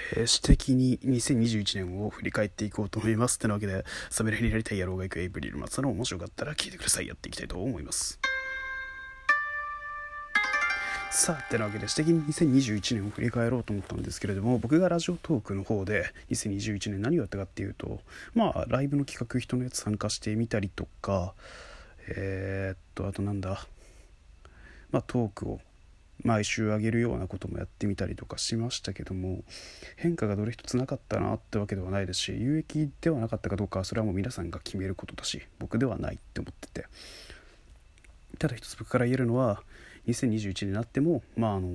私的に2021年を振り返っていこうと思います。てなわけで、侍になりたい野郎が行くエイプリル末の面白かったら聞いてください。やっていきたいと思います。さあ、てなわけで、私的に2021年を振り返ろうと思ったんですけれども、僕がラジオトークの方で2021年何をやったかっていうと、ライブの企画、人のやつ参加してみたりとか、あとなんだ、トークを毎週上げるようなこともやってみたりとかしましたけども、変化がどれ一つなかったなってわけではないですし、有益ではなかったかどうかはそれはもう皆さんが決めることだし、僕ではないって思ってて、ただ一つ僕から言えるのは、2021年になっても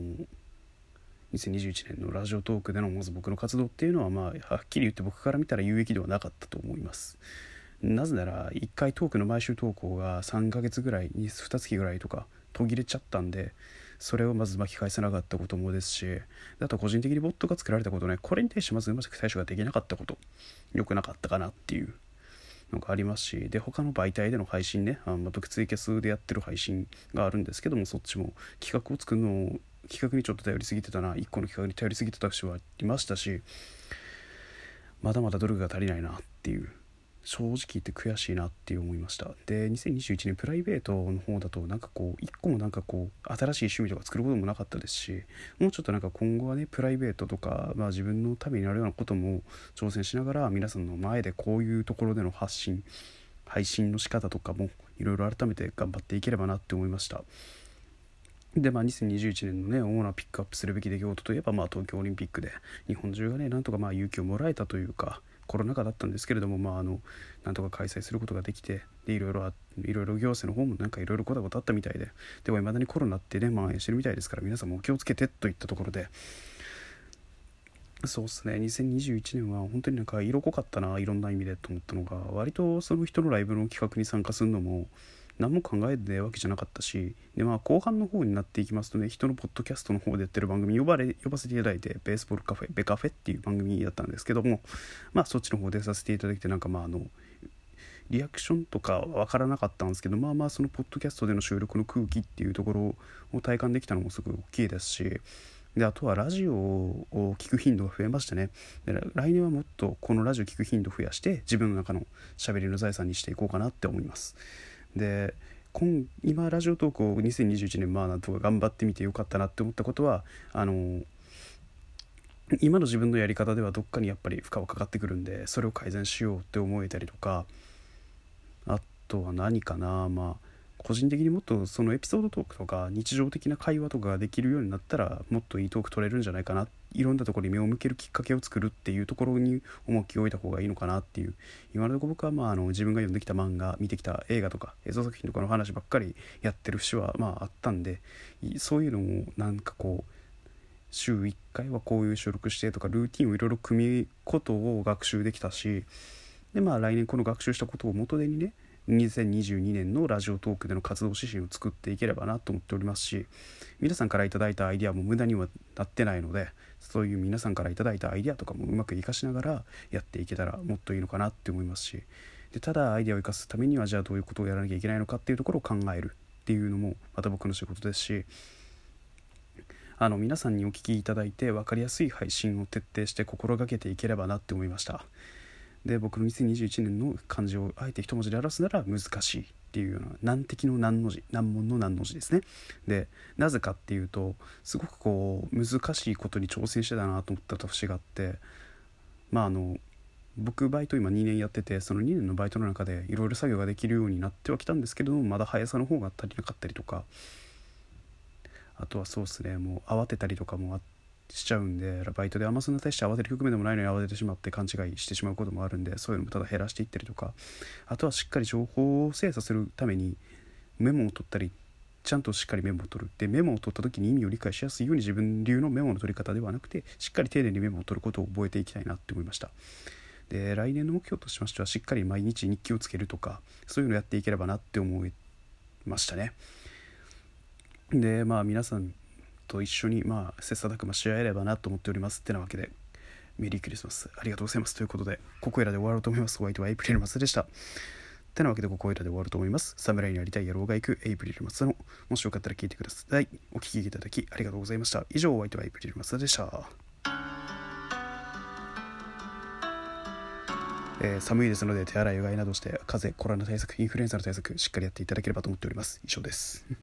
2021年のラジオトークでのまず僕の活動っていうのははっきり言って僕から見たら有益ではなかったと思います。なぜなら1回トークの毎週投稿が3ヶ月ぐらいに2月ぐらいとか途切れちゃったんで、それをまず巻き返せなかったこともですし、あと個人的にボットが作られたことね、これに対してまずうまく対処ができなかったこと、良くなかったかなっていうのがありますし、で他の媒体での配信ね、僕ツイキャスでやってる配信があるんですけども、そっちも企画を作るのを企画にちょっと頼りすぎてたな、1個の企画に頼りすぎてた人はいましたし、まだまだ努力が足りないなっていう、正直言って悔しいなって思いました。で2021年プライベートの方だと一個も新しい趣味とか作ることもなかったですし、もうちょっと今後はね、プライベートとか、自分のためになるようなことも挑戦しながら、皆さんの前でこういうところでの配信の仕方とかもいろいろ改めて頑張っていければなって思いました。で2021年のね、主なピックアップするべき出来事といえば、東京オリンピックで日本中がね、なんとか勇気をもらえたというか、コロナ禍だったんですけれども、なんとか開催することができて、でいろいろ行政の方もいろいろごたごたあったみたいで、でも未だにコロナってね、蔓延してるみたいですから、皆さんもお気をつけてといったところで、そうですね、2021年は本当に色濃かったな、いろんな意味でと思ったのが、割とその人のライブの企画に参加するのも何も考えてないわけじゃなかったし、で後半の方になっていきますとね、人のポッドキャストの方でやってる番組呼ばせていただいて、ベースボールカフェベカフェっていう番組だったんですけども、そっちの方出させていただいて、リアクションとかは分からなかったんですけど、そのポッドキャストでの収録の空気っていうところを体感できたのもすごい大きいですし、であとはラジオを聞く頻度が増えましたね。で来年はもっとこのラジオ聞く頻度を増やして、自分の中の喋りの財産にしていこうかなって思います。で今ラジオトークを2021年なんとか頑張ってみてよかったなって思ったことは、今の自分のやり方ではどっかにやっぱり負荷はかかってくるんで、それを改善しようって思えたりとか、あとは何かな、個人的にもっとそのエピソードトークとか日常的な会話とかができるようになったら、もっといいトーク取れるんじゃないかな、いろんなところに目を向けるきっかけを作るっていうところに重きを置いた方がいいのかなっていう、今のところ僕は自分が読んできた漫画、見てきた映画とか映像作品とかの話ばっかりやってる節はあったんで、そういうのも週1回はこういう収録してとか、ルーティンをいろいろ組むことを学習できたし、で来年この学習したことを元手にね、2022年のラジオトークでの活動指針を作っていければなと思っておりますし、皆さんからいただいたアイデアも無駄にはなってないので、そういう皆さんからいただいたアイデアとかもうまく活かしながらやっていけたらもっといいのかなって思いますし、でただアイデアを生かすためにはじゃあどういうことをやらなきゃいけないのかっていうところを考えるっていうのもまた僕の仕事ですし、皆さんにお聞きいただいて分かりやすい配信を徹底して心がけていければなって思いました。で僕の2021年の漢字をあえて一文字で表すなら難しいっていうような、難敵の難の字、難問の難の字ですね。でなぜかっていうと、すごく難しいことに挑戦してたなと思った年があって、僕バイト今2年やってて、その2年のバイトの中でいろいろ作業ができるようになってはきたんですけども、まだ速さの方が足りなかったりとか、あとはそうですね、もう慌てたりとかもしちゃうんで、バイトでそんな大して慌てる局面でもないのに慌ててしまって勘違いしてしまうこともあるんで、そういうのもただ減らしていったりとか、あとはしっかり情報を精査するためにメモを取ったり、ちゃんとしっかりメモを取る。でメモを取った時に意味を理解しやすいように、自分流のメモの取り方ではなくて、しっかり丁寧にメモを取ることを覚えていきたいなって思いました。で来年の目標としましては、しっかり毎日日記をつけるとか、そういうのをやっていければなって思いましたね。で皆さんと一緒に切磋琢磨し合えればなと思っております。ってなわけで、メリークリスマスありがとうございますということで、ここいらで終わろうと思います。お相手はエイプリルマスでした。ってなわけで、ここいらで終わると思います。侍になりたい野郎が行くエイプリルマスの、もしよかったら聞いてください。お聞きいただきありがとうございました。以上、お相手はエイプリルマスでした。 寒いですので手洗いうがいなどして風邪コロナ対策インフルエンザの対策しっかりやっていただければと思っております。以上です。